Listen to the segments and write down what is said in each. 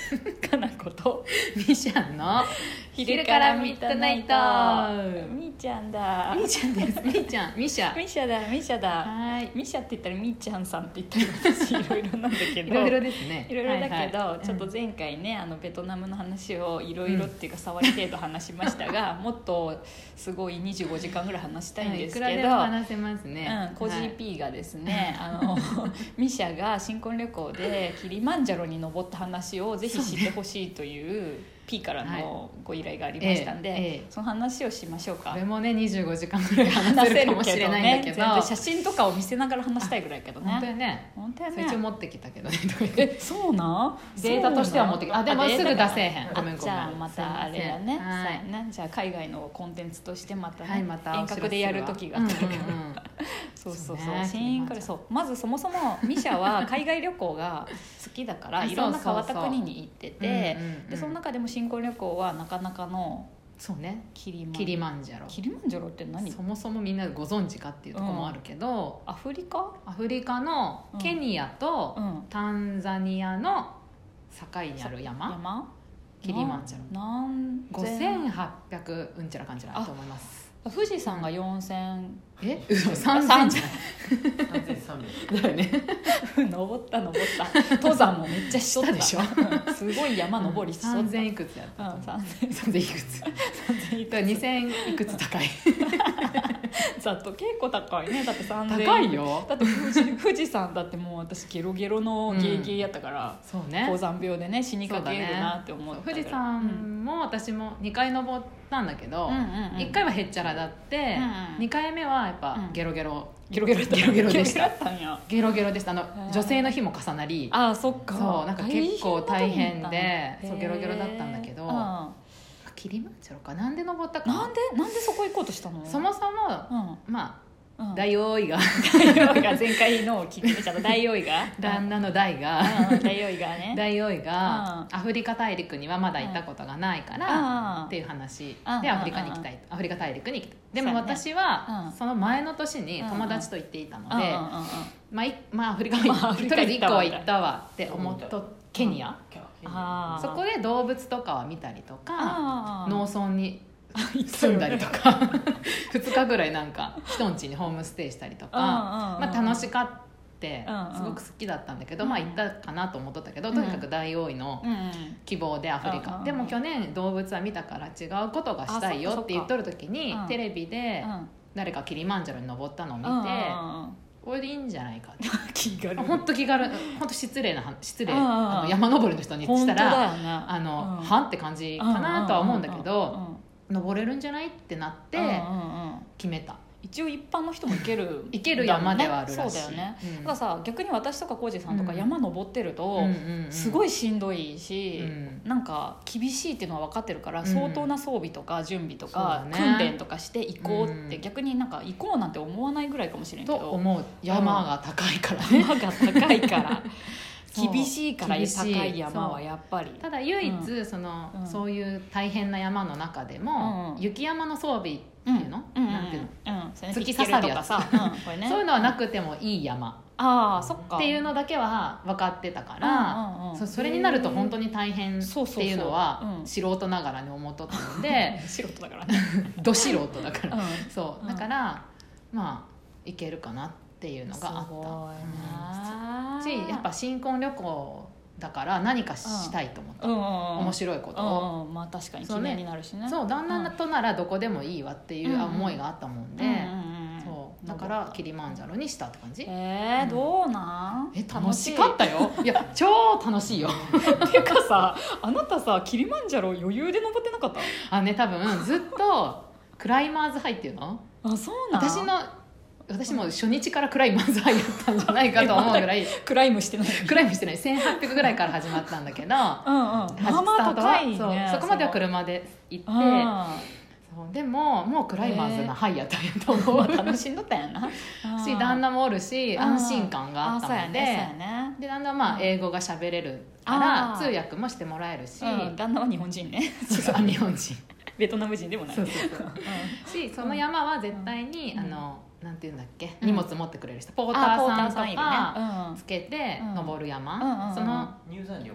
かなことみしゃんの昼からミッドナイト。みーちゃんだ。 みーちゃんです。みーちゃん、みしゃ。 みしゃだ、みしゃだ。 はい。 みしゃって言ったらみーちゃんさんって言ったり私いろいろなんだけど。 いろいろですね。 いろいろだけど、 はいはい、 ちょっと前回ねベトナムの話をいろいろっていうか触り程度話しましたが、もっとすごい25時間ぐらい話したいんですけど、 いくらでも話せますね。 コジー P がですね、ミシャが新婚旅行でキリマンジャロに登った話をぜひ知ってほしいという P からのご依頼がありましたんで、その話をしましょうか。 これもね25時間ぐらい話せるかもしれないんだけど、 全然写真とかを見せながら話したいぐらいけどね。 本当やね。 本当やね。 それ一応持ってきたけどね。 そうなんデータとしては持ってきた。あでもすぐ出せへん。ごめんごめん。 じゃあまたあれだね。 はい、 ね、じゃあ海外のコンテンツとしてまたね、 はい、また遠隔でやる時があったから、そうそうそう。新婚そうまずそもそもミシャは海外旅行が好きだからいろんな変わった国に行ってて、でその中でも新婚旅行はなかなかのそうね、キリマンジャロ。 キリマンジャロって何？ そもそもみんなご存知かっていうところもあるけど、 アフリカのケニアとタンザニアの境にある山、キリマンジャロ。5800うんちゃらかんちゃらだと思います。 富士山が4000 嘘3000じゃない 3300 だよね登った登山もめっちゃしとったでしょすごい山登りしとった。 3000いくつやった3000いくつ2000いくつ高いざっと結構高いね。だって3000 高いよ。 だって富士山だってもう私ゲロゲロのゲーゲーやったから、 そうね、 高山病でね死にかけるなって思った、 富士山も私も2回登ったんだけど、1回はへっちゃらだって、2回目はやっぱゲロゲロでしたゲロゲロでした。女性の日も重なり、 あそっか、 そうなんか結構大変で、そうゲロゲロだったんだけど、キリマンジャロかなんで登ったかなんでそこ行こうとしたの？ そもそも、まあ大王位が前回の聞いてちゃった大王位が旦那の大が大王位がね大王位がアフリカ大陸にはまだ行ったことがないからっていう話でアフリカに行きたい、アフリカ大陸に行きたい。でも私はその前の年に友達と行っていたので、まあアフリカはとりあえず1個は行ったわって思っと、ケニア、そこで動物とかは見たりとか、農村に住んだりとか2日ぐらいなんか人ん家にホームステイしたりとか、まあ楽しかってすごく好きだったんだけど、まあ行ったかなと思っとったけど、とにかく大王位の希望でアフリカでも去年動物は見たから違うことがしたいよって言っとる時にテレビで誰かキリマンジャロに登ったのを見て、これでいいんじゃないかって本当気軽、本当失礼山登りの人にしたらはんって感じかなとは思うんだけど、登れるんじゃないってなって決めた。 一応一般の人も行ける山ではあるらしい。 そうだよね、だからさ逆に私とか浩二さんとか山登ってるとすごいしんどいし、なんか厳しいっていうのは分かってるから、相当な装備とか準備とか訓練とかして行こうって、逆になんか行こうなんて思わないぐらいかもしれんけど、 と思う。山が高いからね、 山が高いから厳しいから高い山はやっぱり。 ただ唯一そういう大変な山の中でも雪山の装備っていうの、なんていうの、突き刺さるやつそういうのはなくてもいい山っていうのだけは分かってたから、それになると本当に大変っていうのは素人ながらに思っとったので素人だからねど素人だから、そうだからまあいけるかなっていうのがあったし、やっぱ新婚旅行だから何かしたいと思った、面白いことを、 まあ確かに記念になるしね。 そう旦那とならどこでもいいわっていう思いがあったもんで、そうだからキリマンジャロにしたって感じ。 どうなん？ 楽しかったよ。いや超楽しいよっていうかさ、あなたさキリマンジャロ余裕で登ってなかった？ 多分ずっとクライマーズハイっていうの？ そうなん？ 私も初日からクライマーズハイやったんじゃないかと思うぐらいクライムしてない 1800ぐらいから始まったんだけどまあまあ高いね。 そこまでは車で行って、そうでももうクライマーズなハイやったんやと思う。 楽しんどったんやなし旦那もおるし安心感があったので、で旦那はまあ英語が喋れるから通訳もしてもらえるし、 旦那は日本人ね日本人ベトナム人でもない。 しその山は絶対になんていうんだっけ、荷物持ってくれる人、ポーターさんとかつけて登る山、その入山料がいる。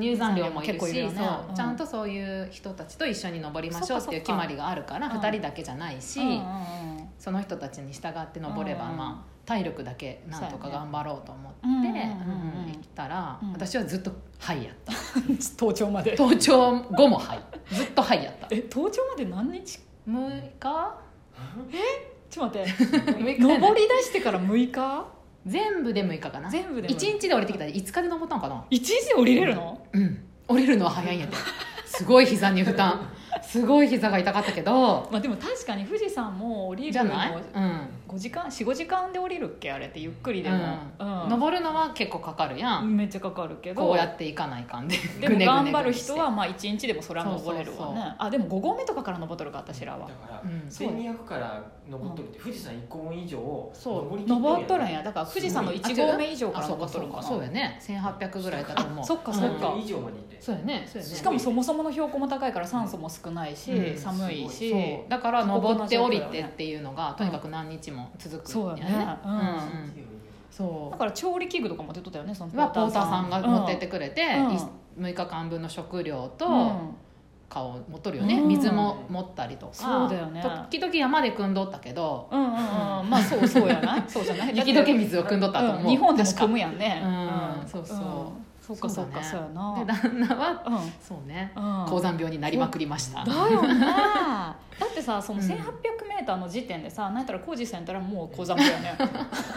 入山料もいるし、 よね、 ちゃんとそういう人たちと一緒に登りましょうっていう決まりがあるから、2人だけじゃないし、その人たちに従って登れば、体力だけなんとか頑張ろうと思って行ったら、私はずっとハイやった登頂まで。 登頂後もハイ、ずっとハイやった。 登頂まで何日 ？6日？ ちょっと待って登り出してから6日？ 全部で6日かな。 全部で 1日で降りてきたら5日で登ったのかな。 1日で降りれるの？ 降りるのは早いんやですごい膝に負担すごい膝が痛かったけど、 でも確かに富士山も降りるの5時間4、5時間で降りるっけあれって、ゆっくりでも、 登るのは結構かかるやん。 めっちゃかかるけどこうやっていかないかんででも頑張る人は1日でもそれは登れるわね。でも5合目とかから登っとるか私らは。 だから1200から登っとるって富士山1合目以上登っとるんや。だから富士山の1合目以上から登っとるかな。 そうやね、1800ぐらいだと思う。 そっかそっか。 以上まで行って。 そうやね。 しかもそもそもの標高も高いから酸素も少ないし、寒いし、 だから登って降りてっていうのがとにかく何日も続く。 そうやね。そうだから調理器具とかも出とったよね。そのポーターさんが持ってってくれて、6日間分の食料と顔持っとるよね。水も持ったりとか。 そうだよね。 時々山で汲んどったけど、 まあそうやない。そうじゃない。 雪解け水を汲んどったと思う。 日本でも汲むやんね。 そうそう。 そうかそうか、そうやな。 で旦那はそうね、高山病になりまくりました。 だよね。だってさ、その 1800m の時点でさ、なんやったら工事さんやったらもう高山病やね。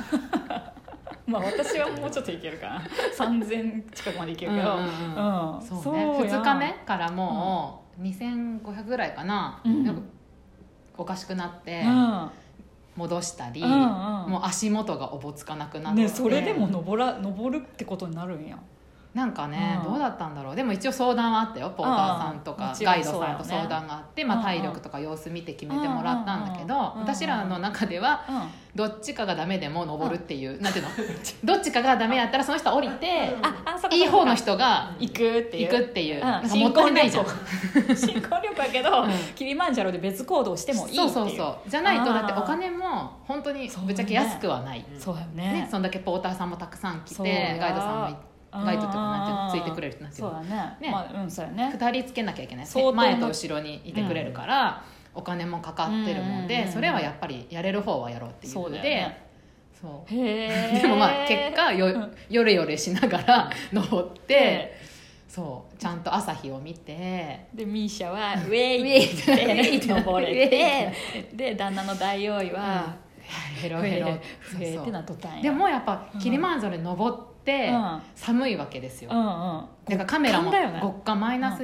私はもうちょっといけるかな。3000近くまでいけるけど、 そうね。2日目からもう2500ぐらいかな、おかしくなって戻したり、もう足元がおぼつかなくなって、 それでも登るってことになるんや。 なんかね、どうだったんだろう。でも一応相談はあったよ。ポーターさんとかガイドさんと相談があって、体力とか様子見て決めてもらったんだけど、私らの中ではどっちかがダメでも登るっていう、なんていうのどっちかがダメやったらその人は降りて、いい方の人が行くっていう、 もったいないじゃん。 新婚旅行やけどキリマンジャロで別行動してもいいっていう。 そうじゃないと、だってお金も本当にぶっちゃけ安くはない。 そうやね。 そんだけポーターさんもたくさん来て、ガイドさんもいて、ガイドとかなんてついてくれる。 そうだね。そうやね。 2人つけなきゃいけない。前と後ろにいてくれるから、お金もかかってるもんで、それはやっぱりやれる方はやろうっていうので、でも結果ヨレヨレしながら登って、ちゃんと朝日を見て、 でミーシャはウェイって登れて、で旦那の大王位はヘロヘロってなっとったんや。 でもやっぱキリマンジャロに登って寒いわけですよ。だからカメラも極寒マイナス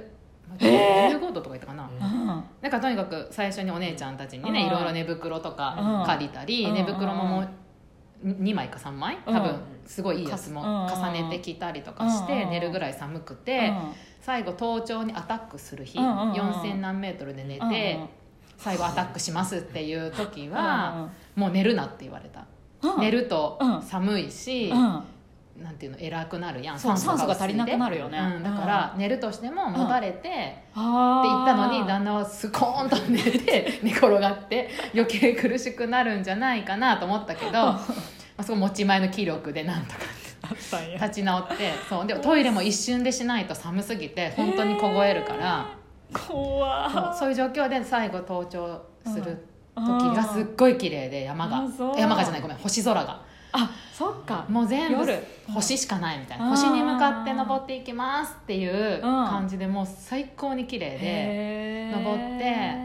15度とか言ったかな。だからとにかく最初にお姉ちゃんたちにね、いろいろ寝袋とか借りたり、寝袋も2枚か3枚多分すごいいいやつも重ねてきたりとかして寝るぐらい寒くて、最後登頂にアタックする日、4000何メートルで寝て最後アタックしますっていう時はもう寝るなって言われた。寝ると寒いし、なんていうの、偉くなるやん。 酸素が足りなくなるよね。 だから寝るとしてももたれてって言ったのに、旦那はスコーンと寝て寝転がって余計苦しくなるんじゃないかなと思ったけど、そこ持ち前の気力でなんとか立ち直って、でもトイレも一瞬でしないと寒すぎて本当に凍えるから、そういう状況で最後登頂する時がすっごい綺麗で、山がじゃない、ごめん、星空が、 そっか、 もう全部星しかないみたいな、星に向かって登っていきますっていう感じで、もう最高に綺麗で登って、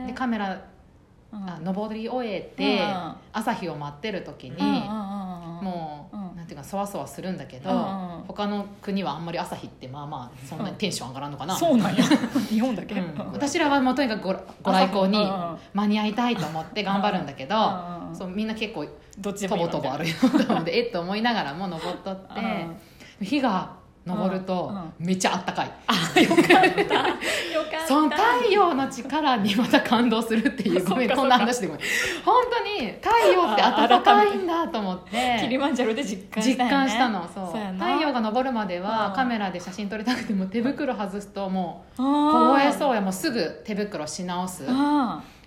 でカメラ登り終えて朝日を待ってる時にもうなんていうかそわそわするんだけど、他の国はあんまり朝日ってまあそんなにテンション上がらんのかな。 そうなんや。日本だけ。 私らはもうとにかくご来光に間に合いたいと思って頑張るんだけど、みんな結構とぼとぼあるようなのでと思いながらも登っとって、日が昇るとめっちゃあったかい。 よかったその太陽の力にまた感動するっていう、ごめんこんな話でごめん、本当に太陽って暖かいんだと思ってキリマンジャロで実感したの。太陽が昇るまではカメラで写真撮りたくても手袋外すともう凍えそうや、もうすぐ手袋し直す。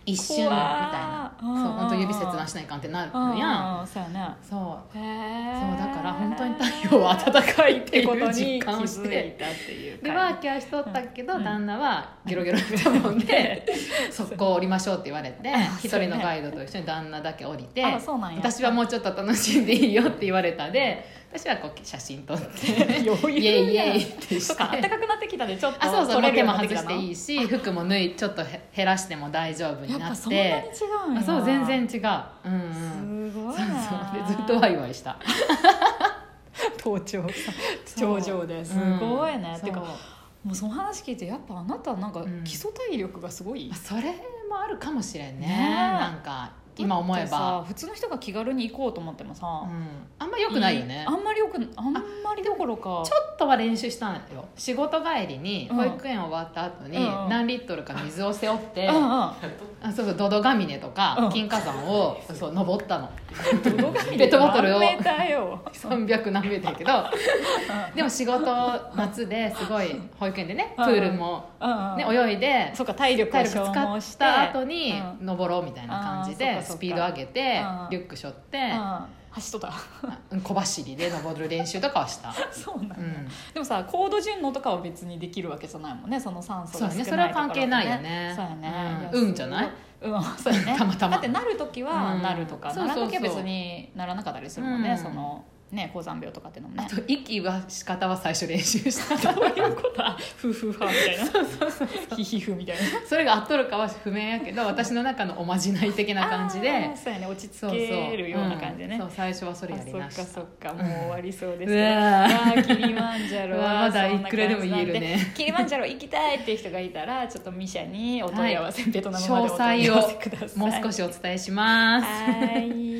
一瞬みたいな、そう本当指切断しないかんってなるやん。 そうやね。 そうだから本当に太陽は暖かいっていう実感をし気づいて、 たっていうでワーキャーしとったけど、旦那はゲロゲロしたもんで速攻降りましょうって言われて、一人のガイドと一緒に旦那だけ降りて、私はもうちょっと楽しんでいいよって言われたで、私はこう写真撮ってイエイイエイってして、 暖かくなってきたでちょっとそうもう手も外していいし、服もちょっと減らしても大丈夫になって、 やっぱそんなに違うんや。 そう全然違う、 すごいな。 でずっとワイワイした頭頂頂上ですごいね。てかもうその話聞いて、やっぱあなたなんか基礎体力がすごい、 それもあるかもしれんね。なんか今思えば普通の人が気軽に行こうと思ってもさ、 あんま良くないよね。 あんまりどころかちょっとは練習したんよ。仕事帰りに保育園終わった後に何リットルか水を背負って、そうドドガミネとか金華山を登ったの。 ドドガミネペットボトルを何メーターよ 300何メーターやけどでも仕事夏ですごい保育園でねプールも、ね、泳いでそうか体力を消耗して使った後に登ろうみたいな感じでスピード上げてリュック背負って走っとった小走りで登る練習とかはしたそうなんだ、でもさ高度順応とかは別にできるわけじゃないもんね。その酸素が少ないところ、ね、 それは関係ないよね。 そうやね、 運じゃない？ そうやねたまたまだってなる時はなるとか、ならなきゃ別にならなかったりするもんね、そのね、高山病とかっていうのもね。 あと息は仕方は最初練習したどういうことはフーフーファーみたいなヒヒフみたいなそれが合っとるかは不明やけど私の中のおまじない的な感じでそうやね、落ち着けるような感じでね。 そう最初はそれやりました。 そっかもう終わりそうですけどキリマンジャロはまだいくらでも言えるね。 キリマンジャロ行きたいっていう人がいたらちょっとミシャにお問い合わせ、ベトナムまで詳お問い合わせ細ください。 をもう少しお伝えします。 はい